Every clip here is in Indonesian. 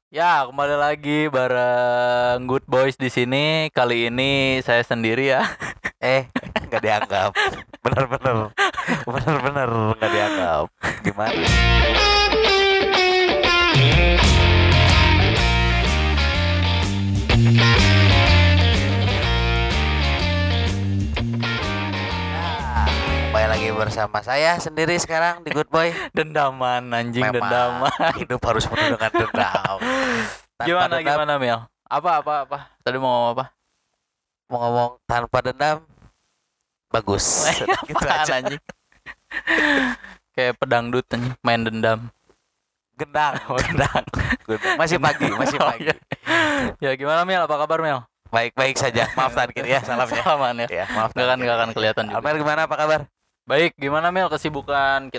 Ya, kembali lagi bareng Good Boys di sini. Kali ini saya sendiri ya. Nggak dianggap. Bener-bener, bener-bener nggak dianggap. Gimana? Nah, kembali lagi bersama saya sendiri sekarang di Good Boy. Dendaman anjing, Memang dendaman. hidup harus penuh dengan dendam. Tanpa Gimana dendam, gimana Mil? Apa? Tadi mau ngomong apa? mau ngomong tanpa dendam, bagus. Gitu Apaan aja. anjing? Kayak pedangdut anjing, main dendam. Gendang, gendang. Masih pagi, masih Oh, pagi. iya. Ya gimana Mil? Apa kabar Mil? Baik-baik saja. Maaf Tankir ya, salamnya. Salaman ya. Ya, maaf Nggak akan kelihatan juga. Almer gimana, apa kabar? Baik, gimana Mil kesibukan?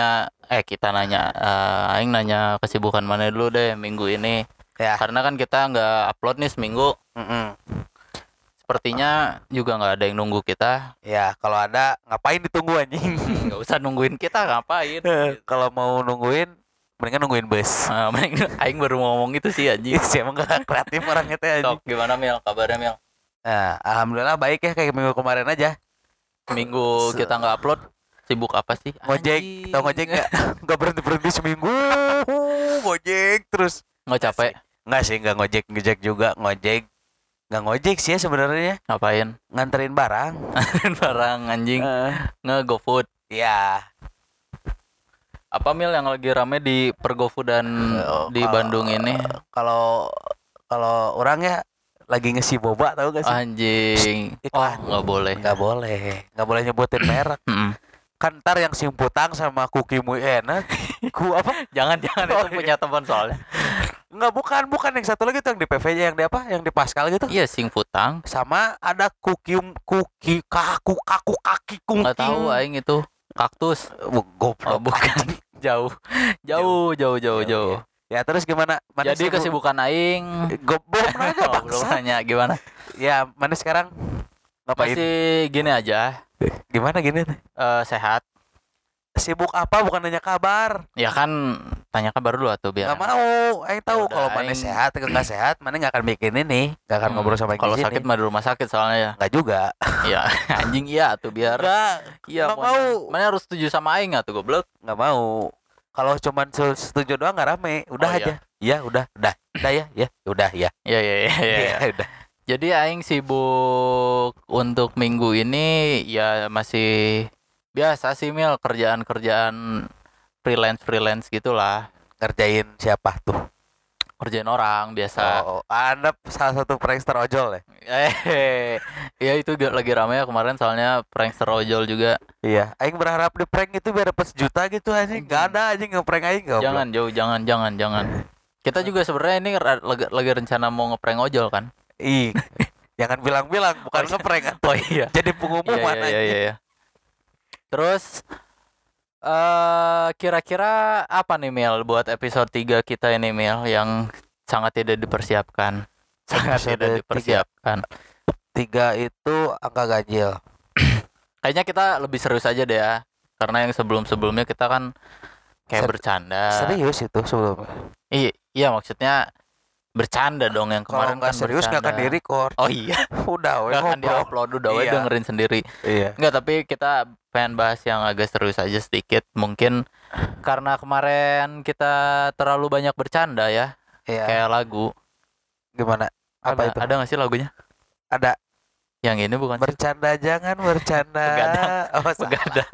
Aing nanya kesibukan mana dulu deh minggu ini. Ya. Karena kan kita nggak upload nih seminggu. Mm-mm. Sepertinya juga nggak ada yang nunggu kita. Ya, kalau ada ngapain ditunggu anjing? Nggak usah nungguin kita, ngapain? Gitu. Kalau mau nungguin, mendingan nungguin bus. Mending Aing baru mau ngomong itu sih anjing. Sih emang gak kreatif orangnya teh anjing. Sok, gimana Mil? Kabarnya Mil? Nah, alhamdulillah baik ya kayak minggu kemarin aja. Minggu kita nggak upload, sibuk apa sih? Ngojek, Anjing. tau ngojek nggak? Nggak berhenti seminggu. Ngojek terus. Nggak capek? Nggak sih, nggak ngojek juga ngojek. Nggak ngojek sih ya sebenarnya, Ngapain? nganterin barang. Barang anjing. Eh, Nge-GoFood. ya. Apa Mil yang lagi rame di Pergofoodan di Kalau- Bandung ini? Kalau kalau orang ya lagi ngisi boba tahu gak sih? Anjing. Oh, Iklan. nggak boleh. Nggak boleh nyebutin merek. Mm-mm. Kan ntar yang simputang sama kukimu enak. Ku apa? Jangan Oh, itu punya teman soalnya. Enggak, bukan yang satu lagi tuh yang di PVJ, yang di apa? Yang di Pascal gitu. Iya, Sing Futang. Sama ada kuki kaku kaki kungking. Nggak tahu aing itu kaktus. Goblok. Oh, bukan. Jauh. Ya terus gimana? Mana Jadi sibuk? kesibukan aing Belum nanya Oh, belum bangsa. nanya gimana. Ya mana sekarang? Ngapain? Masih gini aja, Gimana gini? sehat. Sibuk apa? Bukan nanya kabar. Ya kan tanya kabar dulu atuh biar. Nggak mau. Aing tahu Ya udah, kalau mana aing- sehat atau nggak sehat, mana nggak akan bikin ini, nggak akan ngobrol sama Kalau di sini. sakit mah di rumah sakit soalnya ya. Nggak juga. Ya anjing iya tuh biar. Nggak. Iya, nggak pokoknya. mau. Mana harus setuju sama aing atuh goblok. Nggak mau. Kalau cuman setuju doang nggak rame. Udah Oh, aja. Iya, udah ya, udah ya. Iya. Udah. Jadi aing sibuk untuk minggu ini ya masih biasa sih Mil, kerjaan freelance gitulah. Ngerjain siapa tuh? Kerjain orang biasa. Oh, Anda salah satu prankster ojol ya? Ya itu lagi rame ya kemarin soalnya prankster ojol juga. Iya. Aing berharap di prank itu biar dapat sejuta gitu aja. Nggak ada aja ngeprank aing nggak. Jangan jauh, jangan. Kita juga sebenarnya ini lagi rencana mau ngeprank ojol kan? Ih. Jangan bilang-bilang bukan ngeprank kan. Oh iya. Jadi pengumuman aja. Iya. Terus kira-kira apa nih Mil buat episode 3 kita ini Mil yang sangat tidak dipersiapkan. Sangat Episode tidak dipersiapkan. 3 itu angka ganjil. Kayaknya kita lebih serius aja deh ya. Karena yang sebelum-sebelumnya kita kan kayak bercanda. Serius itu sebelumnya. Iya maksudnya bercanda dong yang Kalau kemarin nggak kan serius nggak akan bercanda. di-record. Oh iya, Udah, we nggak akan ngobrol. di-upload udah we Iya. dengerin sendiri. Iya. Enggak, tapi kita pengen bahas yang agak serius aja sedikit. Mungkin karena kemarin kita terlalu banyak bercanda ya, Iya. kayak lagu. Gimana? Apa itu? Ada nggak sih lagunya? Ada. Yang ini bukan sih? Bercanda jangan bercanda. Begadang. Oh, salah.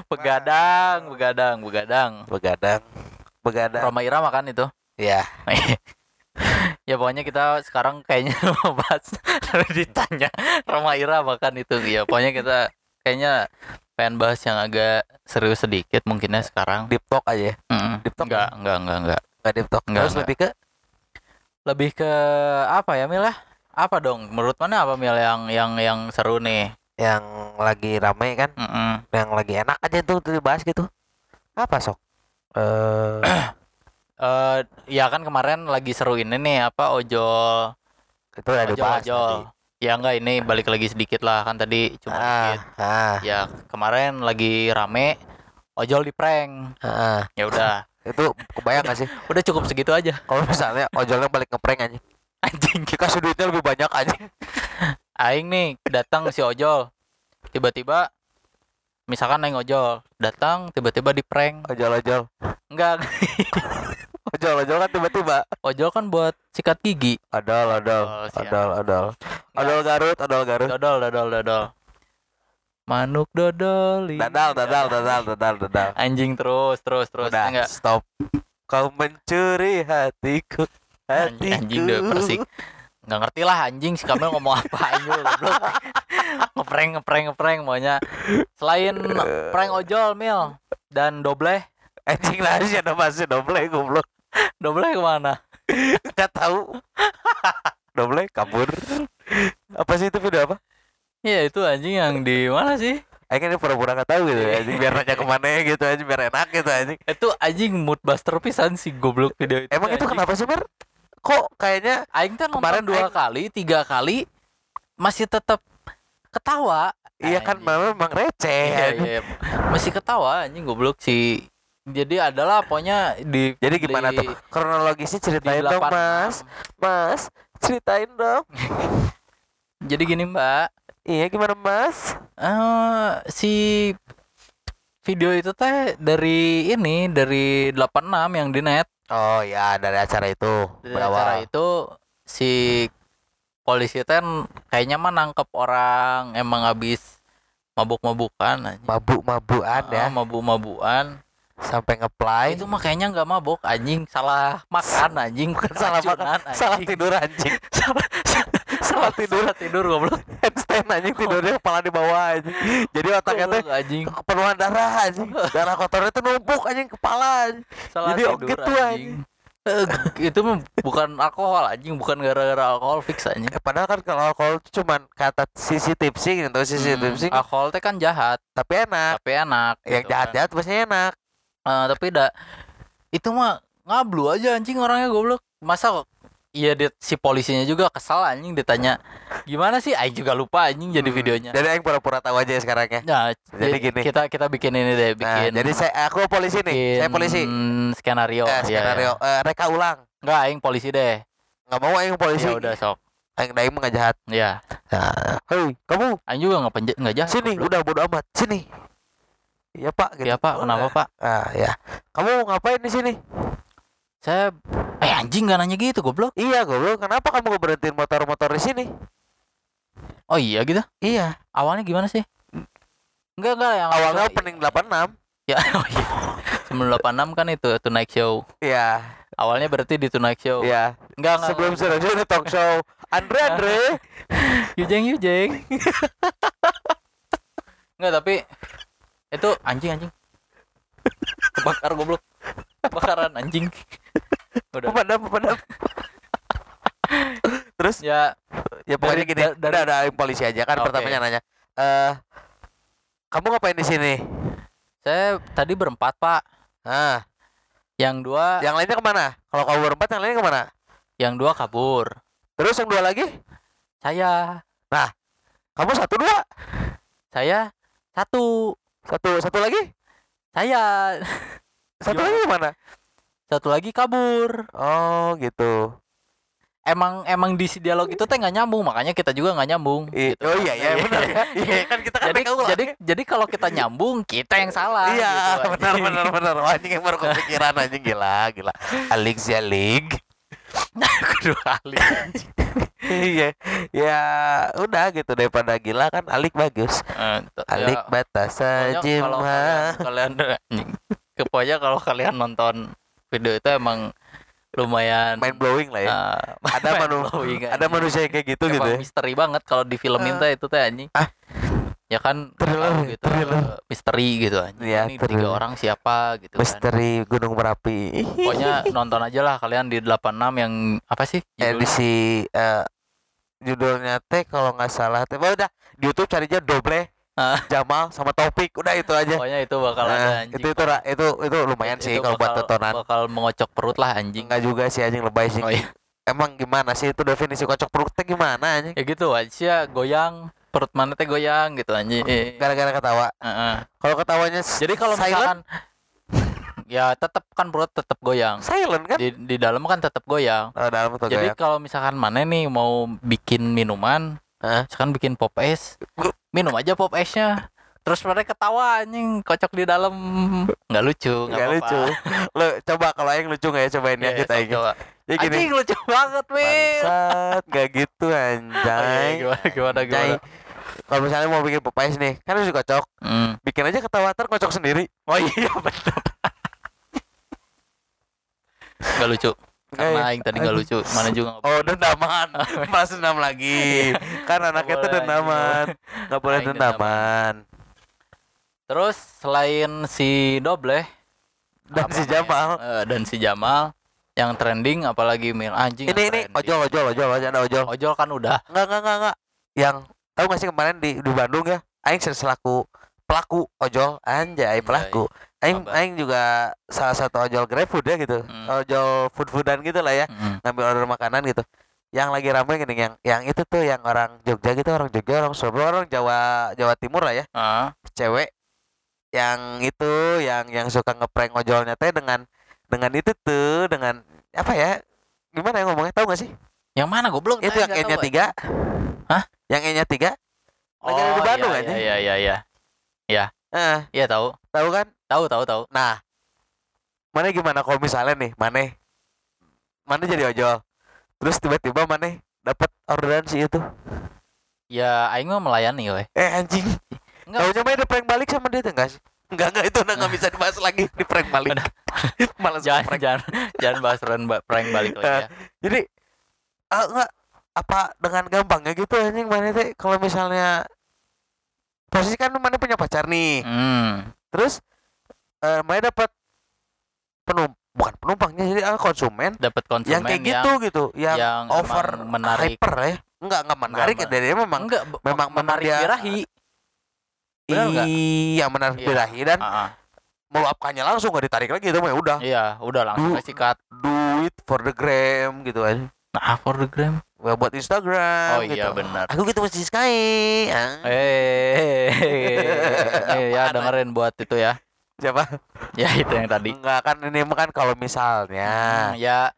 Begadang. Begadang. Roma Irama kan itu. Iya. Ya pokoknya kita sekarang kayaknya mau bahas ditanya Roma Irama kan itu. Ya pokoknya kita kayaknya pengen bahas yang agak serius sedikit mungkinnya sekarang. Deep talk aja. Deep talk. Enggak. Nggak deep talk. Enggak, Terus enggak. Lebih ke apa ya Mil ya? Apa dong? Menurut mana apa Mil yang seru nih? yang lagi rame kan, Mm-mm. yang lagi enak aja tuh dibahas gitu. Apa sok? Ya kan kemarin lagi seru ini nih apa ojol Itu udah dibahas tadi. ojol. Ya enggak ini balik lagi sedikit lah kan tadi cuma dikit. Ya kemarin lagi rame ojol di prank. Ya udah. Itu kebayang gak sih Udah cukup segitu aja. kalau misalnya ojolnya balik ngeprank anjing. Anjing. Kasih duitnya lebih banyak anjing. Aing nih datang si ojol. Tiba-tiba misalkan aing ojol datang tiba-tiba di prank. Ojol-ojol. Enggak. Ojol-ojol kan tiba-tiba. Ojol kan buat sikat gigi. Odol. siap. Odol Garut. Dodol. Manuk dodol. Dadal. Anjing terus. Udah, Enggak. stop. Kau mencuri hatiku. Anjing deh persik. Nggak ngerti lah anjing si Kamil ngomong apa anjing goblok. ngeprank maunya. Selain prank ojol Mil dan dobleh. Anjing lah sih ada masih doble goblok. Dobleh kemana? Enggak tahu. Doble kabur. Apa sih itu video apa? Iya itu anjing yang di mana sih? Aing kan pura-pura enggak tahu gitu anjing biar nanya kemana gitu anjing biar enak gitu anjing. Itu anjing mood buster pisan si goblok video itu. Emang itu anjing. kenapa sih Mer? Kok kayaknya Aing kan kemarin nonton 2 kali, 3 kali masih tetap ketawa. iya kan Anjing. memang receh. Iya. Masih ketawa anjing goblok si. Jadi adalah pokoknya Jadi gimana tuh? Kronologisnya ceritain dong, Mas. Mas, ceritain dong. Jadi gini, Mbak. Iya, gimana, Mas? Si video itu teh dari 86 yang di net. Oh ya, dari acara itu. Dari acara itu si polisi kan kayaknya mah nangkep orang emang habis mabuk-mabukan anjing. Mabuk-mabukan ya. Mabuk-mabukan. Sampai ngeplay. Itu mah kayaknya enggak mabuk anjing, salah makan anjing, bukan salah makan, salah tidur anjing. salah tidur goblok. Handstand anjing tidurnya kepala di bawah anjing. Jadi otaknya teh anjing. Kepenuhan darah anjing. Darah kotornya tuh numpuk anjing kepala anjing. Salah jadi tidur gitu anjing. Itu mah bukan alkohol anjing, bukan gara-gara alkohol fix anjing. Padahal kan kalau alkohol itu cuman kata sisi tipsing gitu, sisi tipsing. Alkohol teh kan jahat, tapi enak. gitu Yang jahat-jahat pasti enak. Tapi itu mah ngablu aja anjing orangnya goblok. Masa iya si polisinya juga kesal anjing ditanya gimana sih, aing juga lupa anjing jadi videonya. Jadi aing pura-pura tahu aja sekarang ya. Nah, jadi gini. Kita bikin ini deh, bikin. Nah, jadi aku polisi nih. Saya polisi. Skenario. Skenario. Ya. Reka ulang. Enggak, aing polisi deh. Enggak mau aing polisi. Ya udah sok. Aing daim enggak jahat. Iya. Nah, hei, kamu. Aing juga enggak jahat. Sini, udah bodo amat. Sini. Iya, Pak. Gitu. Iya, Pak. Kenapa, Pak? Ya. Kamu ngapain di sini? Saya anjing gak nanya gitu goblok. Iya goblok, kenapa kamu berhentiin motor-motor di sini? Oh iya gitu? Iya. Awalnya gimana sih? Enggak yang awalnya opening 86. Ya, oh iya. Sebelum 86 kan itu Tonight Show. Iya. Awalnya berarti di Tonight Show. Iya. Enggak. Sebelum ini talk show. Andre. Yujeng. Enggak, tapi itu anjing. Kebakar goblok. Kebakaran anjing. Udah. Pemadam. Terus ya pokoknya gini. Udah polisi aja kan. Okay. Pertamanya nanya. Kamu ngapain di sini? Saya tadi berempat, Pak. Yang 2. Yang lainnya kemana? Kalau kamu berempat, yang lainnya kemana? Yang 2 kabur. Terus yang 2 lagi? Saya. Nah, kamu 1, 2. Saya 1. Satu lagi? Saya. Satu lagi kemana? Satu lagi kabur. Oh gitu. Emang di dialog itu teh nggak nyambung, makanya kita juga nggak nyambung. Gitu. Oh iya benar ya. Iya kan kita kan jadi kalau kita nyambung kita yang salah. Iya gitu, benar. Wah, anjing yang baru kepikiran anjing gila. Alik sih Alik. Kedua Alik. Iya. Ya udah gitu daripada gila kan Alik bagus. Alik ya, batas saja mah. Pokoknya kalau kalian nonton video itu emang lumayan mind blowing lah ya. Ada manusia yang kayak gitu emang gitu ya. Misteri banget kalau di filmin teh itu teh anjing. Ya kan thriller. Misteri gitu anjing. Ya, ini 3 orang siapa gitu misteri kan. Gunung Merapi. Pokoknya nonton aja lah kalian di 86 yang apa sih? Edisi judulnya teh kalau nggak salah teh udah di YouTube carinya Doble Jamal sama Taufik, udah itu aja. Pokoknya itu bakal ada anjing. Itu lumayan sih kalau buat tontonan. Bakal mengocok perut lah anjing. Enggak juga sih anjing, lebay sih. Oh, iya. Emang gimana sih itu definisi kocok perut teh gimana anjing? Ya gitu aja, goyang perut mana teh goyang gitu anjing. Gara-gara ketawa. Kalau ketawanya jadi kalau misalkan Ya tetap kan perut tetap goyang. Silent kan? Di dalam kan tetap goyang. Oh, dalam tuh Jadi goyang. kalau misalkan mana nih mau bikin minuman, misalkan bikin pop es, minum aja pop esnya. Terus mereka ketawa anjing, kocok di dalam. Nggak lucu, Nggak lucu. Lo coba kalau aing lucu nggak ya, cobain ya kita ini. Ya gini. Anjing lucu banget, Mil. Bangsat, nggak gitu anjay. Gimana? Kalau misalnya mau bikin pop ice nih, kan harus dikocok. Bikin aja ketawa kocok sendiri. Oh iya betul. Nggak lucu. Karena aing tadi nggak lucu. Mana juga. Oh dendaman. Malah dendam lagi. Kan anaknya tuh dendaman. Nggak boleh dendaman. Terus selain si Dobleh dan si Jamal yang trending apalagi Mil anjing. Ini ojol kan udah. Enggak. Yang tahu nggak sih kemarin di Bandung ya, aing selaku pelaku ojol, anjay pelaku. Aing juga salah satu ojol GrabFood ya gitu. Ojol food-foodan gitu lah ya. Ngambil order makanan gitu. Yang lagi ramai gini yang itu tuh yang orang Jogja gitu, orang Surabaya, orang Jawa Timur lah ya. Cewek yang itu yang suka ngeprank ojolnya teh dengan itu tuh dengan apa ya? Gimana ya ngomongnya, tahu nggak sih? Yang mana goblok? Itu yang N-nya 3. Hah? Yang N-nya 3? Lagi ada di Bandung aja. Iya. Iya tahu. Tahu kan? Tahu. Nah, mana gimana kalau misalnya nih, mana jadi ojol. Terus tiba-tiba mana dapat orderan si itu. Ya, aing mah melayani we. Anjing. Taunya mah ada prank balik sama dia tuh enggak sih? Enggak itu udah enggak bisa dibahas lagi di prank balik. Malas jangan bahas prank balik lagi ya. Jadi enggak apa dengan gampangnya gitu anjing mana teh kalau misalnya posisi kan mana punya pacar nih. Terus mana dapat bukan penumpangnya, jadi konsumen. Dapat konsumen yang kayak gitu yang over menarik. Hyper ya. Enggak menarik dia memang menarik birahi. Iya menarik birahi dan meluapkannya langsung gak ditarik lagi itu mah udah. Iya, udah langsung sikat. Do it for the gram gitu aja. Nah, for the gram. Buat Instagram. Oh gitu. Iya benar. Aku gitu masih Sky. Ya dengerin buat itu ya. Siapa? Ya itu yang tadi. Enggak kan ini kan kalau misalnya. Ya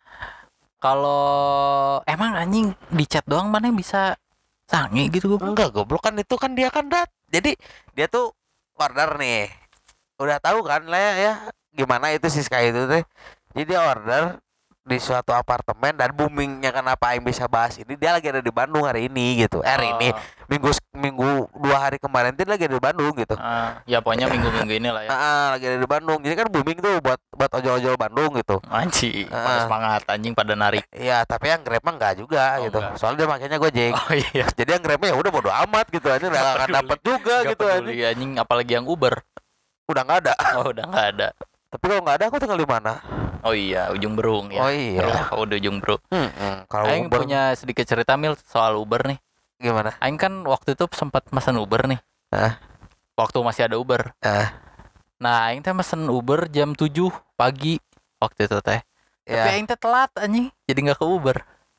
kalau emang anjing di chat doang mana bisa sange gitu goblok. Enggak goblok kan itu kan dia kan jadi dia tuh order nih. Udah tahu kan lah ya gimana itu si Sky itu teh. Jadi dia order di suatu apartemen dan boomingnya kenapa Aing bisa bahas ini, dia lagi ada di Bandung hari ini gitu. Ini minggu 2 hari kemarin dia lagi ada di Bandung gitu. Ya pokoknya minggu-minggu ini lah ya. Lagi ada di Bandung. Jadi kan booming tuh buat ojol-ojol Bandung gitu. Anjing, pada semangat anjing pada narik. Iya, tapi yang Grab mah enggak juga gitu. Enggak. Soalnya dia makanya Gojek. Oh iya. Jadi yang Grabnya ya udah bodo amat gitu aja, enggak akan dapat juga gitu anjing, apalagi yang Uber. Udah enggak ada. Oh, udah enggak ada. Tapi kalau nggak ada aku tinggal di mana? Oh iya, Ujung Berung ya. Oh iya. Kalau udah Ujung Berung. Kalau Aing Uber punya sedikit cerita Mil soal Uber nih. Gimana? Aing kan waktu itu sempat mesen Uber nih. Waktu masih ada Uber. Nah, Aing teh mesen Uber jam 7 pagi waktu itu teh. Tapi Aing teh telat anjing, jadi nggak ke Uber.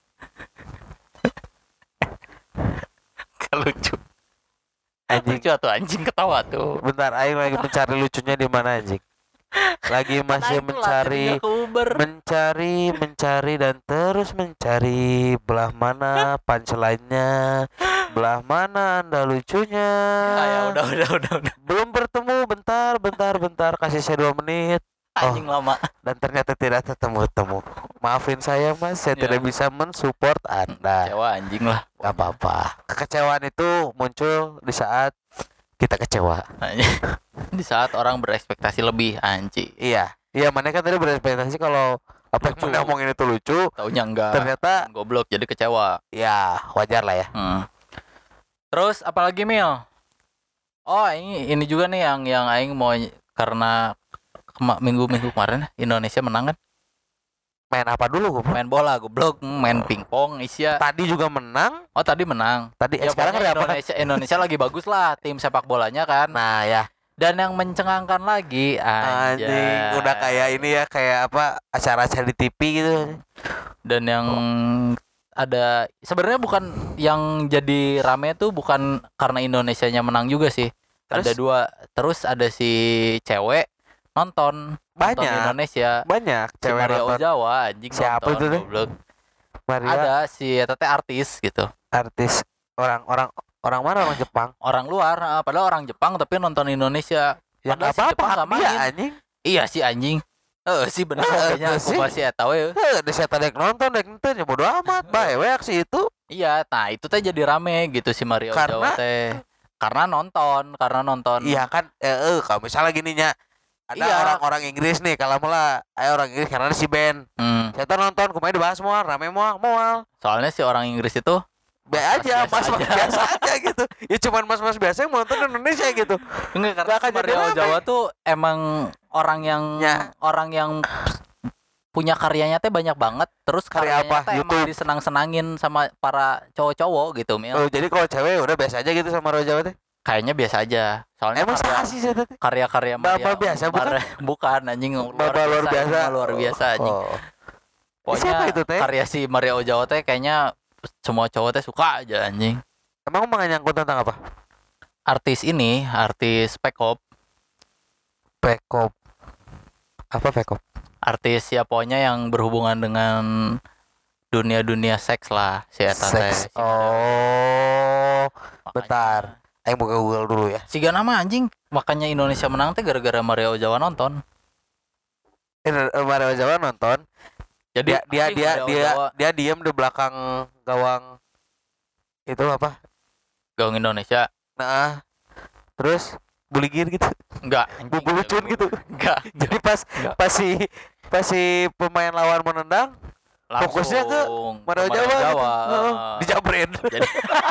Lucu. Anjing tuh anjing ketawa tuh. Bentar, Aing lagi mencari lucunya di mana anjing. Lagi masih mencari dan terus mencari belah mana punchline-nya, belah mana Anda lucunya. Ya udah. Belum bertemu, bentar, kasih saya 2 menit. Anjing lama. Dan ternyata tidak ketemu. Maafin saya Mas, saya tidak bisa mensupport Anda. Kecewa anjing lah. Gak apa-apa. Kekecewaan itu muncul di saat kita kecewa. Di saat orang berekspektasi lebih anjing. Iya, mana kan tadi berekspektasi kalau apa yang mana ngomongin itu lucu, taunya enggak. Ternyata goblok, jadi kecewa. Ya, wajar lah ya. Terus apalagi Mil? Oh, ini juga nih yang aing mau, karena minggu kemarin Indonesia menang kan? Main apa dulu gue? Main bola goblok, main pingpong Asia. Tadi juga menang. Oh, tadi menang. Tadi sekarang ada Indonesia lagi bagus lah tim sepak bolanya kan. Nah, ya. Dan yang mencengangkan lagi anjing, udah kayak ini ya, kayak apa acara-acara di TV gitu. Dan yang ada sebenarnya bukan yang jadi rame tuh bukan karena Indonesianya menang juga sih. Terus? Ada 2. Terus ada si cewek nonton Banyak. Indonesia. Banyak Si cewek Maria nonton. Ozawa anjing Siapa nonton, itu deh? goblok. Maria Ada si eta teh artis gitu. artis orang mana, orang Jepang. Orang luar, padahal orang Jepang tapi nonton Indonesia. Ya Padahal nggak apa-apa, hak nggak dia main. anjing. Iya sih anjing. Sih bener kayaknya aku sih. masih eta we. Di saya dek nonton dek ente ya bodo amat, bae we aksi itu. Iya, nah itu teh jadi rame gitu si Maria Ozawa teh. Karena nonton. Iya kan, kalau misalnya gininya ada Iya. orang-orang Inggris nih, kalau mula orang Inggris karena ada si band. Saya tuh nonton, kumaha dibahas moal, rame moal. Soalnya si orang Inggris itu Aja, Mas mas biasa aja gitu. Ya cuman mas biasa yang menonton Indonesia gitu. enggak, karena Nggak akan si jadi Maria rame. Ozawa tuh emang orang yang Ya. punya karyanya teh banyak banget. Terus Karya karyanya apa? teh emang YouTube? disenang-senangin sama para cowok-cowok gitu, Mil. Oh, jadi kalau cewek udah biasa aja gitu sama Roja teh. Kayaknya biasa aja. Soalnya Emang sah sih saya teh. karya-karya Mbak biasa bukan? bukan anjing Luar biasa. luar biasa anjing. Oh. Pokoknya Siapa itu teh? karya si Maria Ozawa teh kayaknya semua cowok teh suka aja anjing. Emang mau nyangkut tentang apa? Artis Pekop, Pekop. Apa Pekop? artis ya pokoknya yang berhubungan dengan dunia seks lah si eta teh. Seks. Oh. Makanya- Bentar. Ayo buka Google dulu ya. Siga nama anjing, makanya Indonesia menang teh gara-gara Maria Ozawa nonton. Mario Jawa nonton. Jadi Dia anjing, Maria Ozawa dia diem di belakang gawang itu apa? gawang Indonesia. Nah, terus buligir gitu. Enggak, anjing. Bulucun gitu. Enggak. Jadi Enggak. pas si pemain lawan menendang, fokusnya ke Mario Jawa gitu. Dijabrin. Jadi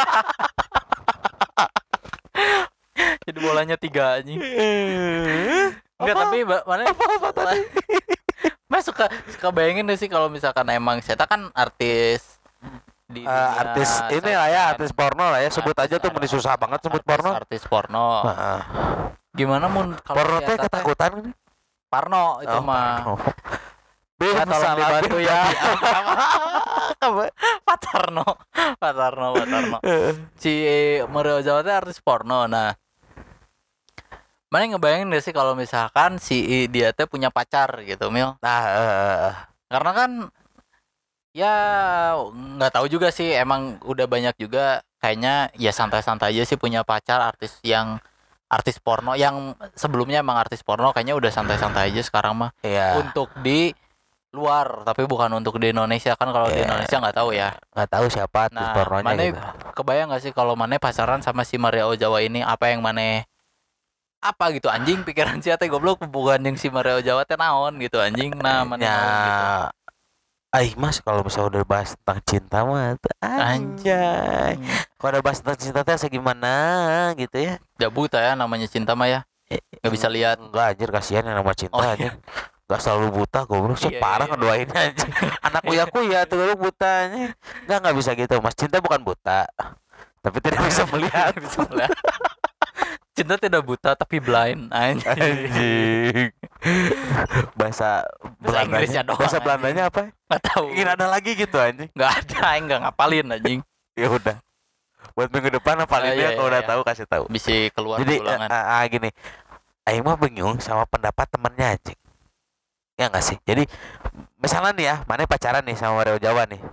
jadi bolanya 3 anjing. Enggak, tapi mana apa tadi? Mas suka bayangin deh sih kalau misalkan emang saya kan artis di dunia Artis ini lah ya, artis porno lah ya. Sebut aja tuh meni susah banget sebut porno. Artis porno. Heeh. Gimana mun kalau Porno si teh eta teh ketakutan nih. Parno itu mah. Porno. Ya, tolong dibantu ya. Apa? Patarno. Si Maria Ozawa teh artis porno. Nah, mana ngebayangin deh sih kalau misalkan si dia teh punya pacar gitu, Mil. Nah, Karena kan ya nggak tahu juga sih, emang udah banyak juga kayaknya ya santai-santai aja sih punya pacar artis porno yang sebelumnya emang artis porno kayaknya udah santai-santai aja sekarang mah. iya. Untuk di luar tapi bukan untuk di Indonesia kan, kalau di Indonesia nggak tahu ya. Nggak tahu siapa artis Nah, pornonya Mane gitu. kebayang gak sih kalau Mane pacaran sama si Maria Ozawa ini, apa yang Mane apa gitu anjing, pikiran si teh goblok, bukan yang si Maria Ozawa teh naon gitu anjing. Nah, Mane Ya, naon gitu. Mas kalau misalnya udah bahas tentang cinta mah tuh, anjay. Kalau udah bahas tentang cinta teh segimana gitu ya. Gak buta ya namanya cinta mah ya. Gak bisa lihat. Enggak anjir, kasihan yang nama cinta Oh, iya. anjir. Gak selalu buta goblok sih, Iya, parah iya. ngedoain aja. Anak kuya tuh lu butanya. Enggak bisa gitu. Mas, cinta bukan buta. Tapi tidak bisa melihat. Bisa melihat. Cinta tidak buta tapi blind anjing. Anjing. Bahasa Inggrisnya Belandanya. doang, Bahasa anjing. Belandanya apa? Nggak tahu. Ingin ada lagi gitu anjing. Nggak ada, nggak ngapalin anjing. Ya udah. Buat minggu depan hafalin Iya, ya, kalau iya, udah iya. tahu kasih tahu. Bisa keluar Jadi ulangan. gini. Aing mah bingung sama pendapat temennya anjing. Ya enggak sih? Jadi misalnya nih ya, mana pacaran nih sama Mario Jawa nih.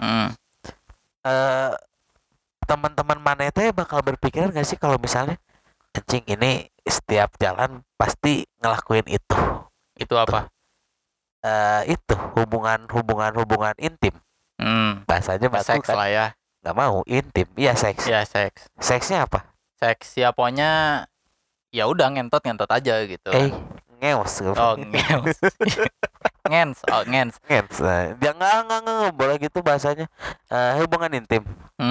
Teman-teman mana teh bakal berpikiran gak sih kalau misalnya anjing ini setiap jalan pasti ngelakuin itu. Itu apa? Itu hubungan intim. Bahasanya baku Seks kan. lah ya. Nggak mau intim. Iya seks. Ya seks. Seksnya apa? Seks ya pokoknya ya udah ngentot aja gitu. Ngeos. Oh, ngeus. Ngens. Ngens. Dia nggak boleh gitu bahasanya. Hubungan intim.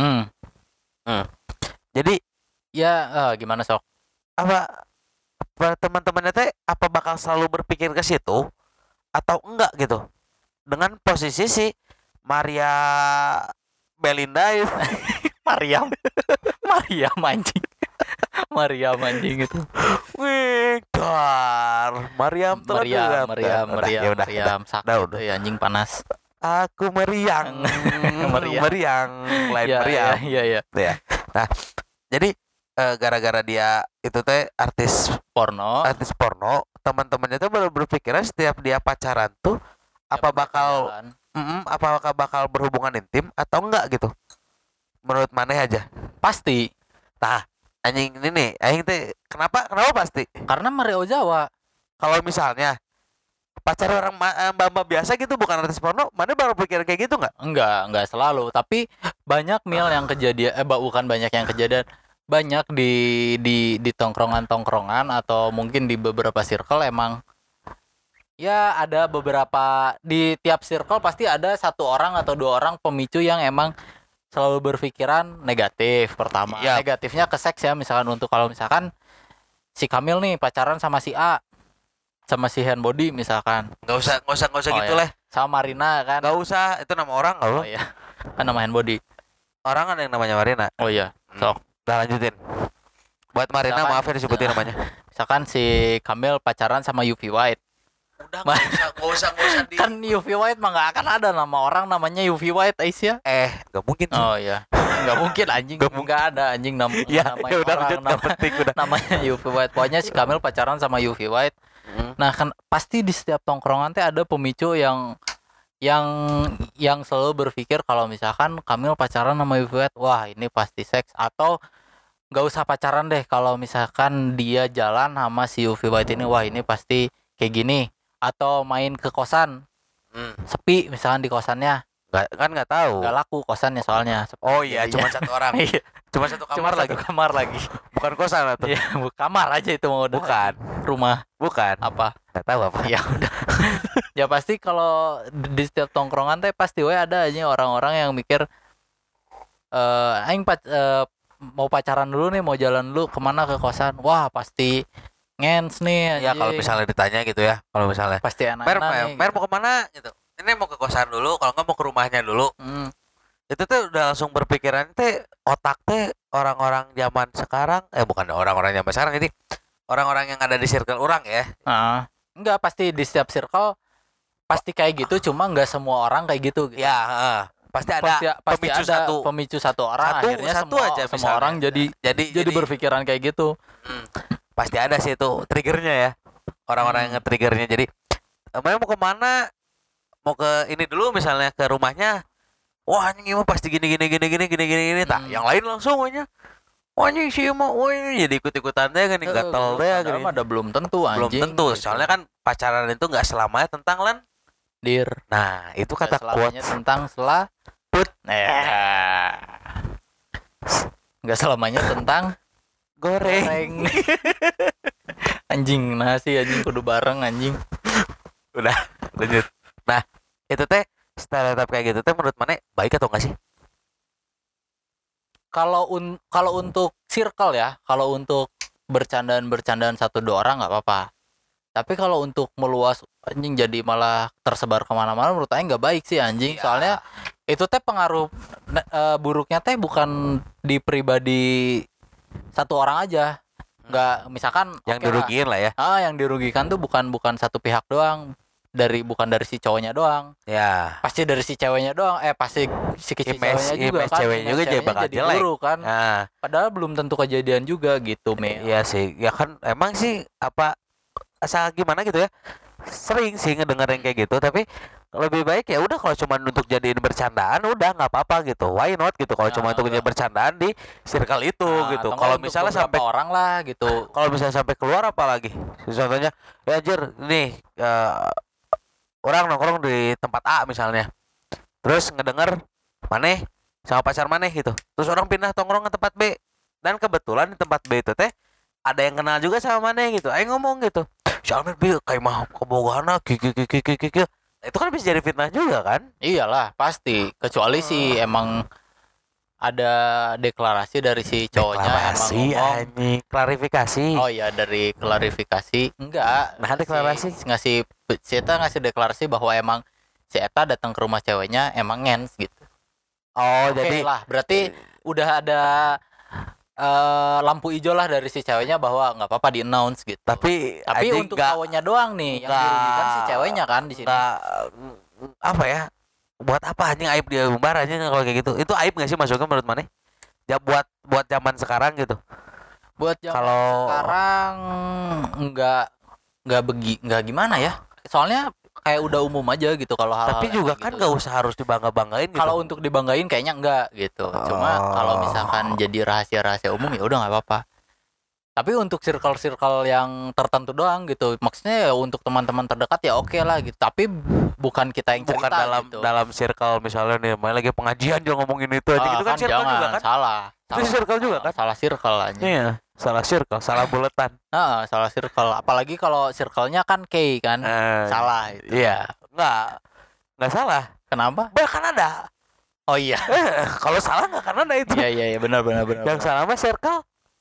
Jadi Ya gimana sok? apa teman-temannya teh apa bakal selalu berpikir ke situ atau enggak gitu dengan posisi si Maria Belinda itu. Mariam anjing. Mariam anjing itu. Wih, dar Mariam Meriam ya udah. sakit Udah. ya anjing panas. Aku meriang. Meriang. Lain Ya, meriam. Iya. Ya. Nah, jadi gara-gara dia itu teh artis porno teman-temannya tuh baru berpikiran setiap dia pacaran tuh apa bakal apakah bakal berhubungan intim atau enggak gitu. Menurut maneh aja. pasti Tah, anjing ini nih, aing teh kenapa pasti? karena Mario Jawa. Kalau misalnya pacar orang mbak-mbak biasa gitu bukan artis porno, mana baru pikir kayak gitu nggak? Enggak selalu, tapi banyak mil yang kejadian bukan banyak yang kejadian, banyak di tongkrongan atau mungkin di beberapa circle emang ya ada beberapa di tiap circle pasti ada satu orang atau dua orang pemicu yang emang selalu berpikiran negatif pertama. Yap. Negatifnya ke seks ya, misalkan untuk kalau misalkan si Kamil nih pacaran sama si A sama si Handbody misalkan. Nggak usah Oh, gitu ya. lah. Sama Marina kan. Nggak usah, itu nama orang nggak Oh lo? iya. Kan nama Handbody. Orang ada yang namanya Marina. Oh iya. Sok. Udah lanjutin. Buat Marina Misalkan- maaf ya disebutin namanya. Misalkan si Kamil pacaran sama UV White. Udah nggak usah di. Kan UV White mah nggak akan ada nama orang namanya UV White Aisyah. Nggak mungkin. Oh iya. Nggak mungkin anjing. Nggak ada anjing Ya, namanya udah orang, lanjut nggak penting udah. namanya UV White. Pokoknya si Kamil pacaran sama UV White. Nah kan pasti di setiap tongkrongan teh ada pemicu yang selalu berpikir kalau misalkan Kamil pacaran sama UV White, wah ini pasti seks. Atau nggak usah pacaran deh, kalau misalkan dia jalan sama si UV White ini, wah ini pasti kayak gini. Atau main ke kosan sepi misalkan di kosannya, Nggak tahu. nggak laku kosannya soalnya sepi. Oh iya, Jadinya- cuma satu orang. Iya, Cuma satu cuma kamar lagi. satu kamar lagi. Bukan kosan atau? Iya, kamar aja itu mau udah. Bukan. Rumah Bukan. apa? Nggak tahu apa. Ya udah. Ya pasti kalau di setiap tongkrongan teh pasti we ada aja orang-orang yang mikir mau pacaran dulu nih, mau jalan dulu kemana ke kosan. Wah, pasti ngens nih Ya kalau anjing. misalnya ditanya gitu ya, kalau misalnya Pasti Mer, enak-enak nih. Mer mau kemana gitu. Ini mau ke kosan dulu, kalau nggak mau ke rumahnya dulu. Itu tuh udah langsung berpikiran teh otak teh orang-orang zaman sekarang, bukan orang-orang zaman sekarang, ini orang-orang yang ada di circle orang ya. Enggak, pasti di setiap circle pasti kayak gitu, cuma enggak semua orang kayak gitu. Ya, pasti ada pasti pemicu ada satu. pemicu satu orang, akhirnya satu semua aja semua misalnya. orang jadi berpikiran kayak gitu. Pasti ada sih itu triggernya ya. Orang-orang yang nge-triggernya. Jadi, Mer mau kemana? Mau ke ini dulu misalnya ke rumahnya. Wah anjing mah pasti gini. Tak, yang lain langsung aja. Wah anjing sih mah, jadi ikut-ikutan deh kan, gatel deh Padahal mah ada belum tentu Belum anjing. tentu, soalnya kan pacaran itu nggak selamanya tentang dir. Nah, itu Nggak kata selamanya quotes. tentang selaput. Enggak selamanya tentang Goreng. goreng. Anjing, nasi anjing kudu bareng anjing. Udah, lanjut. Nah, itu teh stereotip kayak gitu teh menurut mana baik atau enggak sih? Kalau untuk circle ya, kalau untuk bercandaan satu dua orang nggak apa-apa. Tapi kalau untuk meluas anjing jadi malah tersebar kemana-mana, menurut saya nggak baik sih anjing. Iya. Soalnya itu teh pengaruh buruknya teh bukan di pribadi satu orang aja. Nggak, misalkan Yang oke lah. dirugiin lah ya. Yang dirugikan tuh bukan satu pihak doang. Bukan dari si cowoknya doang. Ya. Pasti dari si ceweknya doang. Pasti si ceweknya juga image kan. ceweknya juga jadi bakal jelek. buruk kan. Nah, Padahal belum tentu kejadian juga gitu, Mel. iya sih. Ya kan emang sih apa asal gimana gitu ya. Sering sih ngedenger yang kayak gitu, tapi lebih baik ya udah kalau cuma untuk jadiin bercandaan udah nggak apa-apa gitu. Why not gitu kalau cuma untuk jadi bercandaan di circle itu gitu. atau Kalau untuk misalnya beberapa sampai orang lah gitu. kalau misalnya sampai keluar apalagi. Contohnya ya anjir nih orang nongkrong di tempat A misalnya. Terus ngedenger maneh sama pacar maneh gitu. Terus orang pindah tongkrong ke tempat B. Dan kebetulan di tempat B itu teh ada yang kenal juga sama maneh gitu. Ayo ngomong gitu. Si Almer B kayak mah kebogana kiki. Itu kan bisa jadi fitnah juga kan? Iyalah, pasti. Kecuali sih emang ada deklarasi dari si cowoknya Deklarasi emang ngomong. anjing, klarifikasi. Oh iya, dari klarifikasi. Enggak. Nah, deklarasi. Si Eta ngasih deklarasi bahwa emang si Eta datang ke rumah ceweknya emang ngens gitu. Oh, Oke jadi lah, berarti udah ada lampu hijau lah dari si ceweknya bahwa nggak apa-apa di announce gitu. tapi Tapi anjing untuk cowoknya doang nih yang nggak- dirugikan si ceweknya kan di sini. nggak apa ya? Buat apa anjing aib dia umbar anjing kalau kayak gitu? Itu aib nggak sih masuknya menurut maneh? Ya buat zaman sekarang gitu. Buat zaman Kalau- sekarang nggak gimana ya? Soalnya kayak udah umum aja gitu kalau hal-hal Tapi juga kayak kan gitu. nggak usah harus dibangga-banggain gitu. Kalau untuk dibanggain kayaknya enggak gitu. Cuma kalau misalkan jadi rahasia-rahasia umum ya udah nggak apa-apa. Tapi untuk circle-circle yang tertentu doang gitu. Maksudnya ya untuk teman-teman terdekat ya oke lah gitu. Tapi bukan kita yang cerita bukan dalam gitu. dalam circle misalnya nih, main lagi pengajian jangan ngomongin itu aja gitu kan, circle jangan, juga kan. salah. Itu circle juga kan? Salah circle aja. Iya, salah circle, salah buletan. Salah circle. Apalagi kalau circle-nya kan K kan. Salah itu. Iya, nggak salah. Kenapa? Bahkan ada. Oh iya. Kalau salah nggak karena ada itu. Iya benar. Yang salah mah circle.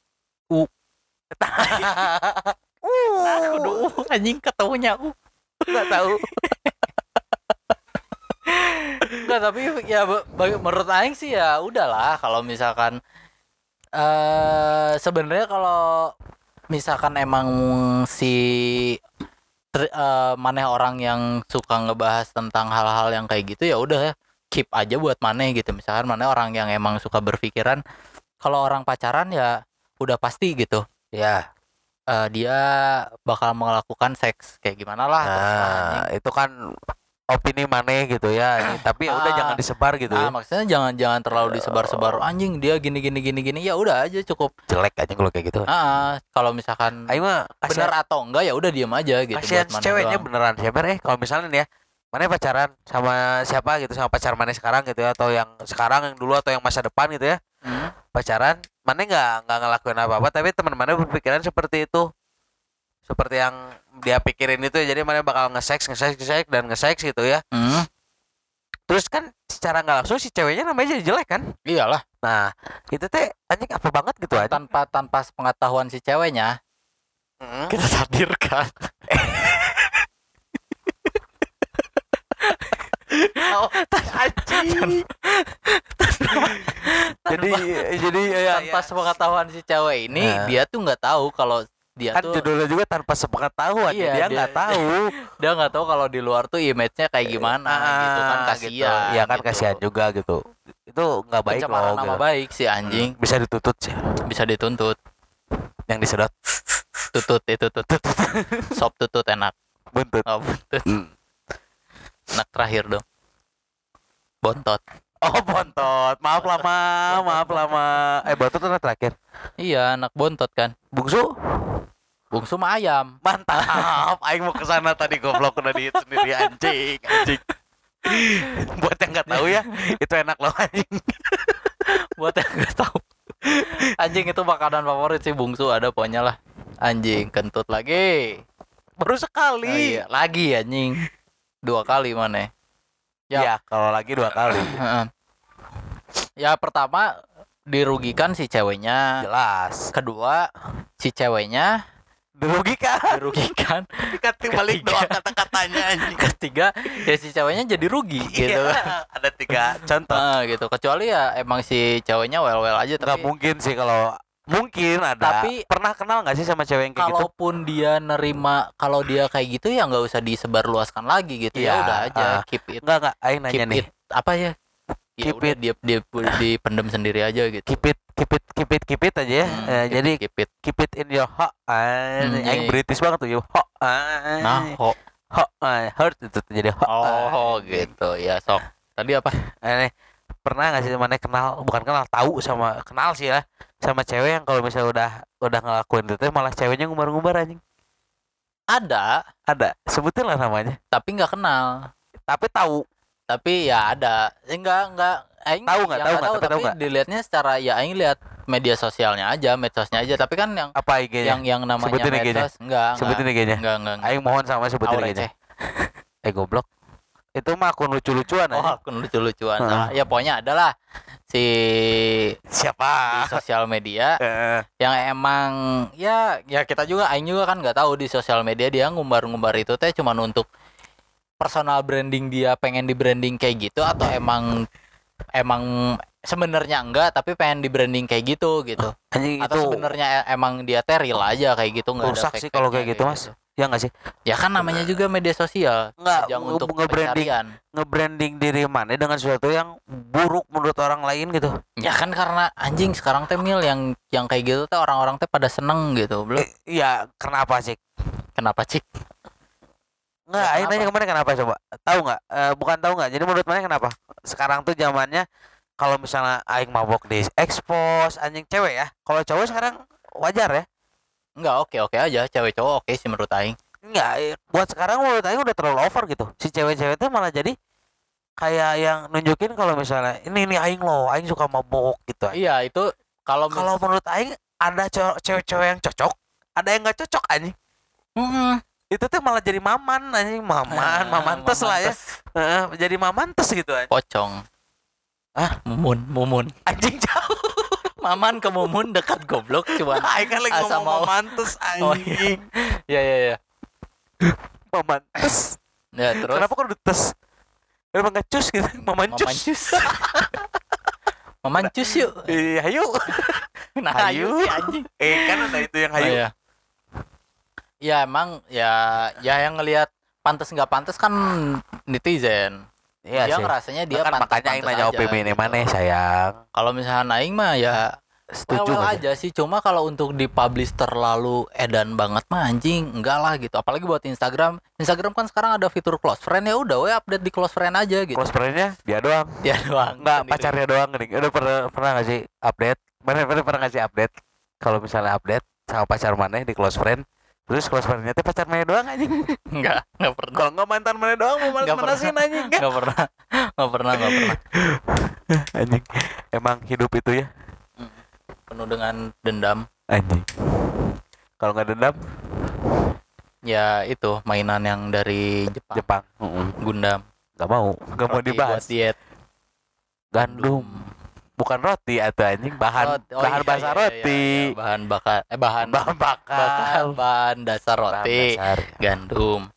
Aduh, anjing ketemunya Nggak tahu. Enggak, tapi ya menurut aing sih ya udahlah kalau misalkan sebenarnya kalau misalkan emang si maneh orang yang suka ngebahas tentang hal-hal yang kayak gitu ya udah keep aja buat maneh gitu. Misalkan maneh orang yang emang suka berpikiran kalau orang pacaran ya udah pasti gitu. Ya. Dia bakal melakukan seks kayak gimana lah. Nah, itu kan opini maneh gitu ya. Tapi ya udah jangan disebar gitu ya. Maksudnya jangan terlalu disebar-sebar. Anjing dia gini. Ya udah aja cukup. Jelek aja kalau kayak gitu. Kalau misalkan Ayo mah benar atau enggak ya udah diam aja gitu. Kasihan buat ceweknya doang. beneran siapa kalau misalnya nih ya, maneh pacaran sama siapa gitu, sama pacar maneh sekarang gitu ya, atau yang sekarang, yang dulu, atau yang masa depan gitu ya. Pacaran, maneh nggak ngelakuin apa-apa, tapi teman maneh berpikiran seperti itu, seperti yang dia pikirin itu ya. Jadi maneh bakal nge-seks gitu ya. Terus kan secara nggak langsung si ceweknya namanya jadi jelek kan. Iyalah. Nah itu teh anjing apa banget gitu aja. Tanpa pengetahuan si ceweknya kita takdirkan. Anjing. jadi ya, Tanpa sepengetahuan si cewek ini dia tuh nggak tahu kalau dia kan tuh judulnya juga tanpa sepengetahuan. Iya, dia nggak tahu. Dia nggak tahu kalau di luar tuh image-nya kayak gimana gitu kan, kasihan. Ya kan gitu. kasihan juga gitu. Itu nggak baik Pencemaran loh. nama Gitu. baik si anjing. Bisa dituntut sih. Bisa dituntut. Yang disedot. Tutut. Sop tutut enak. Buntut. Oh, buntut. Enak terakhir dong. Bontot. Oh bontot. Maaf lama. Bontot itu terakhir. Iya, anak bontot kan. Bungsu mah ayam. Mantap. Aing mau kesana tadi, goblok udah diet sendiri anjing. Buat yang nggak tahu ya, itu enak loh anjing. Buat yang nggak tahu, anjing itu makanan favorit sih bungsu, ada pokoknya lah. Anjing kentut lagi. Baru sekali. Iya, lagi anjing. 2 kali mana? Ya, kalau lagi 2 kali. Ya pertama dirugikan si ceweknya. Jelas. Kedua si ceweknya dirugikan. Dikati balik doang kata-katanya anjing. Ketiga ya si ceweknya jadi rugi gitu. Ada 3 contoh. Gitu. Kecuali ya emang si ceweknya well aja, Nggak tapi mungkin sih kalau mungkin ada. Tapi pernah kenal nggak sih sama cewek yang kayak gitu? kalaupun dia nerima kalau dia kayak gitu ya nggak usah disebarluaskan lagi gitu. Ya udah aja keep it. Enggak, aing nanya Keep nih. it apa ya? Ya Keep udah dia dipendam sendiri aja gitu. Keep it aja ya. Jadi keep it in your heart. Aing British banget tuh, heart. Nah, Heart itu jadi heart. Oh, gitu. Ya, sok. Tadi apa? Nih, pernah nggak sih mana kenal sih ya sama cewek yang kalau misalnya udah ngelakuin itu malah ceweknya ngumbar-ngumbar anjing? Ada, sebutin lah namanya. tapi nggak kenal. Tapi ya ada. Enggak. Aing tahu nggak? tapi dilihatnya secara ya aing lihat media sosialnya aja, medsosnya aja. Tapi kan yang apa IG-nya? yang namanya Sebutin IG-nya. medsos enggak. Sebutin IG-nya. Enggak. Aing mohon sama sebutin IG-nya. Goblok. Itu mah akun lucu-lucuan aja. Akun lucu-lucuan. Nah, ya pokoknya adalah si siapa di sosial media yang emang ya kita juga aing juga kan nggak tahu di sosial media dia ngumbar-ngumbar itu teh cuman untuk personal branding, dia pengen di branding kayak gitu atau emang sebenarnya enggak tapi pengen di branding kayak gitu Anjing atau itu sebenarnya emang dia real aja kayak gitu, nggak ada rusak sih kalau kayak gitu mas. Ya nggak sih? Ya kan namanya juga media sosial, Nggak ajang untuk nge-branding pencarian. nge-branding diri mana dengan sesuatu yang buruk menurut orang lain gitu. Ya kan karena anjing sekarang teh Mil yang kayak gitu teh orang-orang teh pada seneng gitu belum. Iya, kenapa sih? Kenapa Cik? Nggak, Ya, Aing nanya kemarin kenapa coba? Tahu nggak? Bukan tahu nggak. Jadi menurut mana kenapa? Sekarang tuh zamannya kalau misalnya Aing mabok di expose anjing cewek ya. Kalau cowok sekarang wajar ya. Enggak, oke aja, cewek cowok oke sih menurut aing. Enggak, buat sekarang menurut Aing udah terlalu over gitu. Si cewek-cewek tuh malah jadi kayak yang nunjukin kalau misalnya ini Aing loh, Aing suka mabok gitu. Iya, itu kalau Menurut Aing ada cewek-cewek yang cocok, ada yang nggak cocok anjing. Itu tuh malah jadi maman anjing, mamantes lah ya. Jadi mamantes gitu anjing. Pocong. Mumun. Anjing jauh. Maman ke Mumun dekat goblok cuman. Aing kan lagi asa ngomong mau. mamantes Oh, anjing. Iya. Mamantes. Ya terus. Kenapa kok dutes? Emang nggak cus gitu, mamancus. Mamancus yuk. Iya, hayu. Nah, Hayu. hayu sih anjing. Kan ada itu yang hayu. Oh, iya. Ya emang ya yang ngelihat pantas nggak pantas kan netizen. Iya Dia sih. ngerasanya dia kan pantas. makanya Aing nanya opini ini mana sayang. Kalau misalnya Aing mah ya Setuju well aja. aja sih, cuma kalau untuk dipublish terlalu edan banget mah anjing enggak lah gitu. Apalagi buat Instagram kan sekarang ada fitur close friend, ya udah we update di close friend aja gitu. Close friend-nya dia doang. Dia doang. Enggak, sendiri. pacarnya doang nih. Udah pernah nggak sih update? Pernah nggak sih update? Kalau misalnya update sama pacar mana di close friend, terus close friend-nya teh pacar mana doang anjing. Enggak pernah. Kalau nggak mantan mana doang mau manasin anjing kan? Enggak pernah. Anjing. Emang hidup itu ya Penuh dengan dendam. anjing. Kalau nggak dendam Ya itu mainan yang dari Jepang. Gundam. Nggak mau Roti dibahas. buat diet. Gandum. Bukan roti atau anjing bahan basah roti. Iya. Bahan bakar bahan bakar. bahan dasar roti. Bahan dasar. Gandum.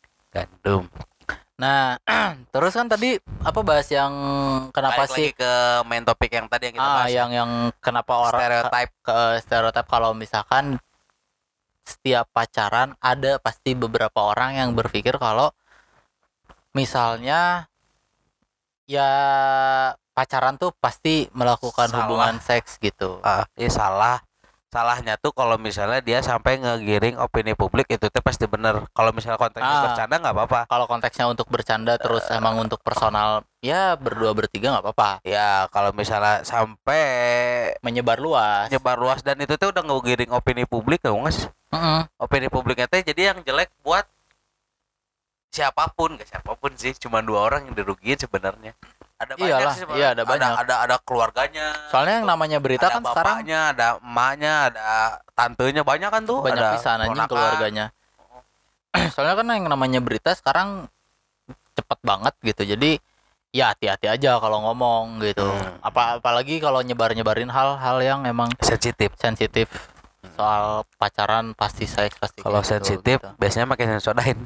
Nah, terus kan tadi apa bahas yang kenapa Balik sih lagi ke main topik yang tadi yang kita bahas. yang kenapa orang stereotip kalau misalkan setiap pacaran ada pasti beberapa orang yang berpikir kalau misalnya ya pacaran tuh pasti melakukan Salah. hubungan seks gitu. Salahnya tuh kalau misalnya dia sampai ngegiring opini publik itu tuh pasti bener. Kalau misalnya konteksnya bercanda nggak apa-apa. Kalau konteksnya untuk bercanda terus emang untuk personal ya berdua bertiga nggak apa-apa. Ya kalau misalnya sampai Menyebar luas dan itu tuh udah ngegiring opini publik nggak sih? Opini publiknya tuh jadi yang jelek buat siapapun, gak siapapun sih, cuma 2 orang yang dirugiin sebenarnya. Ada banyak Iyalah, sih sebenarnya. iya ada banyak. Ada keluarganya. Soalnya yang namanya berita ada kan sekarang bapaknya, ada emaknya, ada tantenya, banyak kan tuh. banyak Ada pisan anjing ponakan. keluarganya. Soalnya kan yang namanya berita sekarang cepet banget gitu. Jadi ya hati-hati aja kalau ngomong gitu. Apalagi kalau nyebarin hal-hal yang emang sensitif soal pacaran pasti seks pasti. Kalau gitu, sensitif gitu. biasanya pakai sensodain.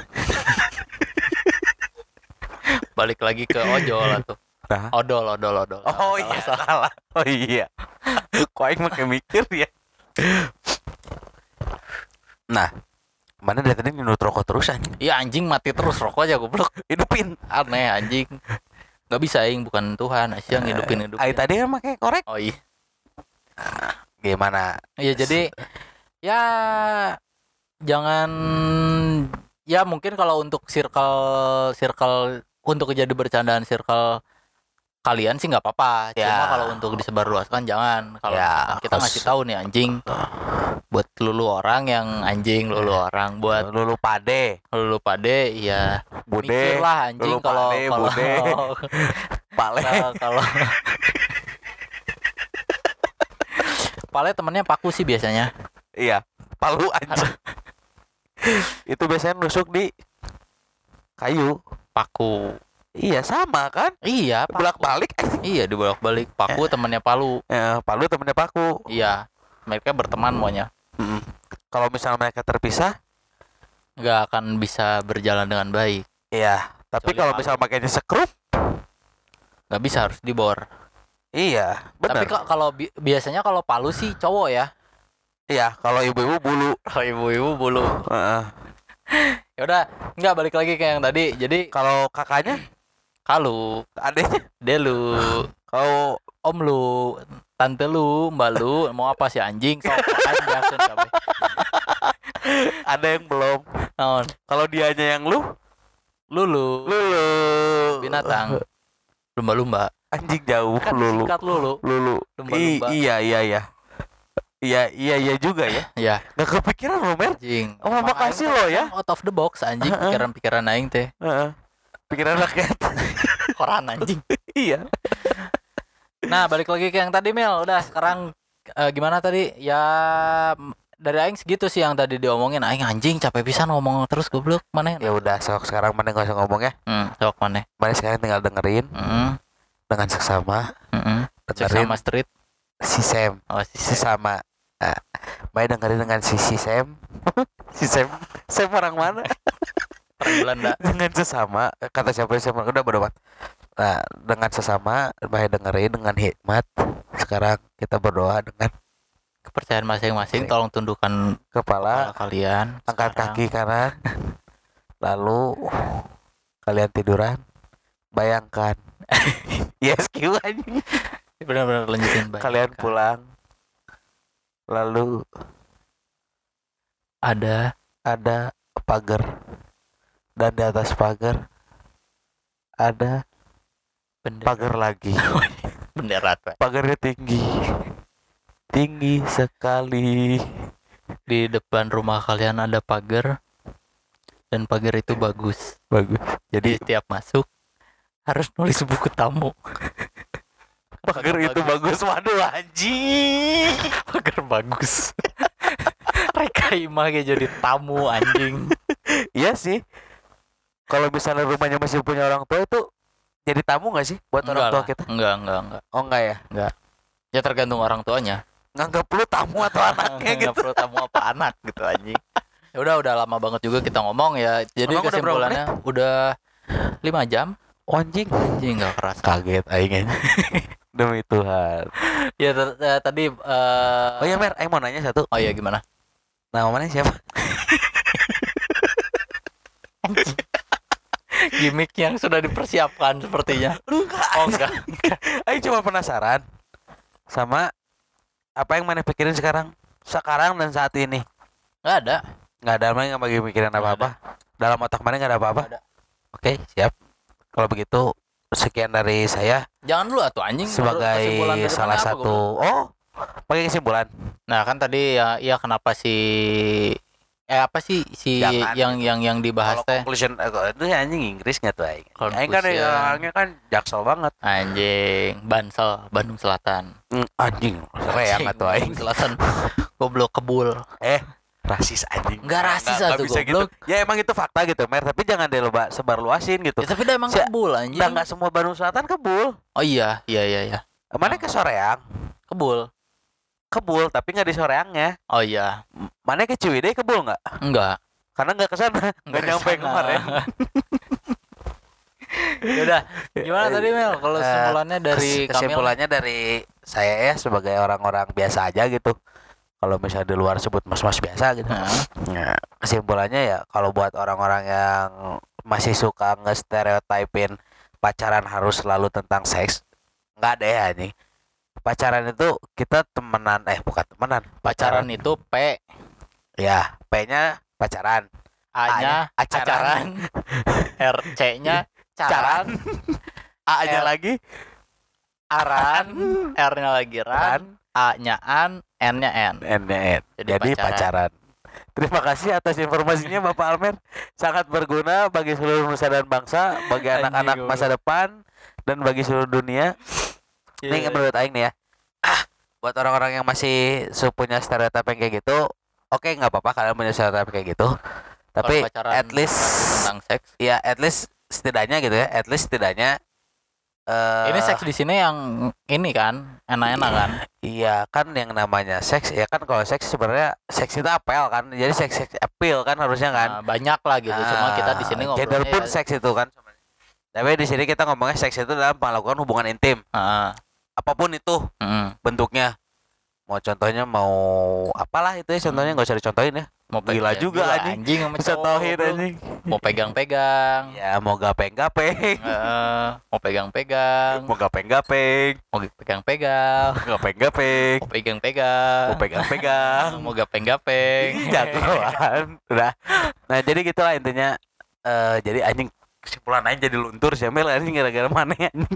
Balik lagi ke ojol atau Nah. odol. Oh iya, salah. Oh iya. Kok aing makin mikir ya. Nah, mana dari tadi minum rokok terus anjing. Iya anjing mati terus rokok aja goblok. Hidupin. Aneh anjing. Gak bisa aing bukan Tuhan, Asyang hidupin. Aing tadi kan pakai korek. Oh iya. Gimana? Iya jadi ya jangan ya mungkin kalau untuk circle untuk jadi bercandaan circle kalian sih nggak apa-apa. Ya. Cuma kalau untuk disebarluaskan jangan. Kalau Ya, kita ngasih tahu nih anjing buat lulu orang yang anjing lulu orang buat lulu pade ya bude mikirlah anjing lulu kalau pade, bude. Pale. kalau Pale temennya Paku sih biasanya. Iya, palu anjing. Itu biasanya nusuk di kayu. Paku. Iya, sama kan? Iya, Paku. Bolak-balik. Iya, dibolak-balik. Paku temennya Palu. Palu temennya Paku. Iya, mereka berteman maunya. Kalau misalnya mereka terpisah, Nggak akan bisa berjalan dengan baik. iya. Tapi Kecuali kalau Palu. misalnya makanya sekrup, Nggak bisa, harus dibor. Iya, Tapi benar. kalau biasanya kalau palu sih cowok ya. Iya, kalau ibu-ibu bulu. Kalau ibu-ibu bulu. Heeh. Ya udah, nggak balik lagi ke yang tadi. Jadi Kalau kakaknya, kalu, adeknya, delu, kalau om lu, tante lu, mbak lu, mau apa sih anjing? Sok aja jakeun kabeh. ada yang belum. Naon? Kalau dianya yang Lulu, lulu. binatang, lumba-lumba. Anjing jauh Kan lulu. singkat lulu, Lulu. lumba-lumba. Iya iya iya. Iya juga ya. Ya, Gak kepikiran lo, Mer. anjing. Oh, Emang makasih aing lo teh ya. emang out of the box anjing, Heeh. pikiran-pikiran aing teh. Heeh. Pikiran rakyat. Koran anjing. Iya. Nah, balik lagi ke yang tadi Mel. Udah, sekarang gimana tadi? Ya dari aing segitu sih yang tadi diomongin. Aing anjing capek pisan ngomong terus goblok. Mana? Ya udah, sekarang mana nggak usah ngomong ya. Sok mana? Mana sekarang tinggal dengerin dengan seksama. Dengerin Sama street. si Sam. Oh, Si sama. Nah, Mai dengerin dengan si Sam. Si Sam. Sam orang mana? Orang Belanda. Dengan sesama. Kata siapa sama? Udah bodo amat. Nah, dengan sesama, Mai dengerin dengan hikmat. Sekarang kita berdoa dengan Kepercayaan masing-masing, tolong tundukkan kepala, kalian. angkat sekarang. kaki kanan, lalu kalian tiduran. Bayangkan. Yes, Q anjing. Benar-benar lanjutin baik. Kalian pulang. Lalu Ada pagar, dan di atas pagar ada bendera. pagar lagi. Bendera Pak. Pagarnya tinggi sekali. Di depan rumah kalian ada pagar. Dan pagar itu bagus. Bagus. Jadi Jadi setiap masuk harus nulis buku tamu. pagar itu bagus. Waduh anjing. Pagar bagus. Reka Imah kayak jadi tamu anjing. Iya sih. Kalau misalnya rumahnya masih punya orang tua itu jadi tamu nggak sih buat orang tua lah. kita? Enggak. Oh enggak ya? Ya tergantung orang tuanya. Nganggap lu tamu atau anaknya Nggak gitu. perlu tamu apa anak gitu anjing. Ya udah lama banget juga kita ngomong ya. Jadi Emang udah berapa kesimpulannya udah 5 jam. Oh, anjing. Anjing enggak kerasa. Kaget aing. Demi Tuhan. Ya tadi Oh iya Mer, aing mau nanya satu. oh iya gimana? Nama mana siapa? Gimik yang sudah dipersiapkan sepertinya. Oh enggak. Aing cuma penasaran sama apa yang mana pikirin sekarang dan saat ini. Enggak ada. Nggak ada, mana nggak bagi mikirin Nggak apa-apa. Dalam otak mana nggak ada apa-apa. Nggak ada. Oke, siap. Kalau begitu sekian dari saya Jangan dulu atuh anjing. sebagai Kesimpulan dari salah mana apa, satu. goblok? Oh, pakai kesimpulan. Nah kan tadi ya kenapa sih apa sih si Jangan yang dibahas Kalau teh conclusion itu anjing Inggris nggak tuh aing. Aing kan Conclusion. orangnya kan jaksel banget. anjing Bansel Bandung Selatan. Anjing, sereang Anjing, atuh aing. Bandung Selatan goblok kebul. Rasis anjing. Nggak rasis Nggak atuh, bisa gitu. goblok. Ya emang itu fakta gitu, Mer, tapi jangan sebar luasin gitu. Ya, tapi dah emang Si- kebul anjing. Nggak semua Bandung Selatan kebul. Oh iya. Mana ke Soreang? Kebul. Kebul, tapi nggak di Soreangnya. Oh iya. Mana ke Ciwidey kebul nggak? Enggak. Karena nggak kesana, nggak nyampe kesana. kemarin. Ya udah, gimana tadi Mel? Kalau kesimpulannya dari Kamil? Kesimpulannya dari saya ya sebagai orang-orang biasa aja gitu. Kalau misalnya di luar sebut mas-mas biasa gitu. Nah, kesimpulannya ya kalau buat orang-orang yang masih suka nge-stereotypin pacaran harus selalu tentang seks, nggak ada ya nih. Pacaran itu kita temenan, bukan temenan. Pacaran itu P, Ya, P-nya pacaran. A-nya acaran. R-C-nya caran, A-nya R. lagi aran, R-nya lagi ran, A-nya an, N-nya N. N-nya N. Jadi Jadi pacaran. Terima kasih atas informasinya Bapak Almer. Sangat berguna bagi seluruh nusa dan bangsa, bagi Anjing, anak-anak masa depan dan bagi seluruh dunia. Ini menurut aing nih ya. Buat orang-orang yang masih punya stereotip yang kayak gitu, oke nggak apa-apa kalian punya stereotip kayak gitu. Tapi Kalau pacaran at least tentang seks. ya at least setidaknya gitu ya. At least setidaknya Ini seks di sini yang ini kan enak-enak kan? Iya kan yang namanya seks ya kan kalau seks sebenarnya seks itu apel kan. Jadi seks appeal kan harusnya kan. Nah, banyak lah gitu. Cuma kita di sini gender ngobrolnya pun seks itu kan. Tapi di sini kita ngomongnya seks itu dalam melakukan hubungan intim. apapun itu bentuknya. Mau contohnya mau apalah itu ya, contohnya nggak usah dicontohin ya. Mau Gila juga anjing sama contohin cowok, anjing. mau pegang-pegang. Ya mau gapeng-gapeng. Mau pegang-pegang. Mau gapeng-gapeng. Mau pegang-pegang. Gapeng-gapeng. Mau pegang-pegang. Mau pegang-pegang. Mau gapeng-gapeng. Jagoan. Udah. Nah, jadi gitulah intinya. Jadi anjing kesimpulan aja jadi luntur sih Mel anjing gara-gara mana anjing.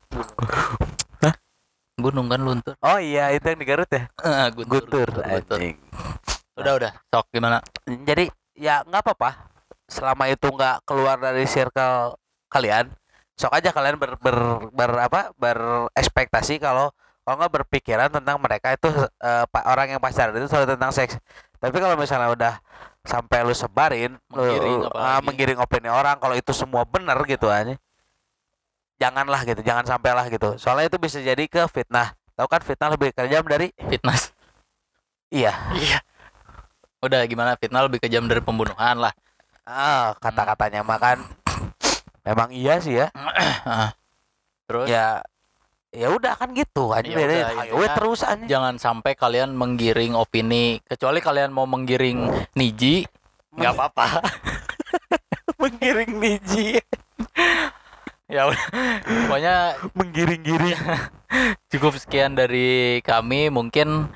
Gunung kan luntur. Oh iya, itu yang di Garut ya? Guntur anjing. Udah, sok gimana? Jadi ya nggak apa-apa. Selama itu nggak keluar dari circle kalian, sok aja kalian berekspektasi kalau nggak berpikiran tentang mereka itu orang yang pacaran itu selalu tentang seks. Tapi kalau misalnya udah sampai lu sebarin, menggiring opini orang kalau itu semua benar gitu aja. Janganlah gitu, jangan sampailah gitu. Soalnya itu bisa jadi ke fitnah. Tahu kan fitnah lebih kejam dari fitnah. Iya. Udah gimana, fitnah lebih kejam dari pembunuhan lah. Kata-katanya makan memang iya sih ya. Terus ya udah kan gitu aja terus aja. Jangan sampai kalian menggiring opini, kecuali kalian mau menggiring niji nggak apa-apa. Menggiring niji. Ya udah, pokoknya menggiring-giring. Cukup sekian dari kami, mungkin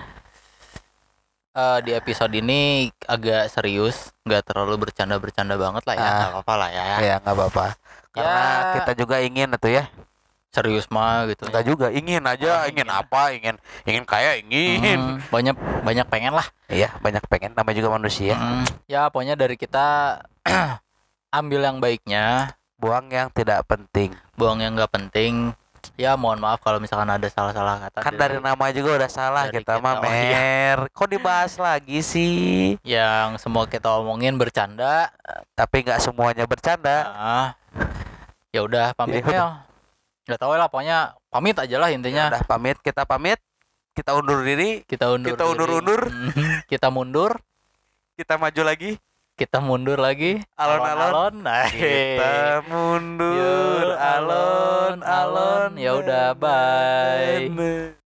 di episode ini agak serius, nggak terlalu bercanda banget lah ya, nggak apa-apa lah ya. Ya nggak apa-apa, karena kita juga ingin itu ya. Serius mah gitu. Enggak juga, ingin aja, ingin apa, ingin kaya, ingin. Banyak pengen lah. Iya, banyak pengen, namanya juga manusia. Ya pokoknya dari kita ambil yang baiknya, buang yang tidak penting. Buang yang nggak penting. Ya mohon maaf kalau misalkan ada salah-salah kata. Kan dari nama juga udah salah kita mah Mer. Kok dibahas lagi sih? Yang semua kita omongin bercanda, tapi nggak semuanya bercanda. Ya udah pamit ya. Nggak tahu lah, pokoknya pamit aja lah intinya. Udah pamit, kita undur diri. Kita undur. Kita mundur. Kita maju lagi. Kita mundur lagi. Alon-alon. Kita mundur. Alon-alon. Ya udah, bye.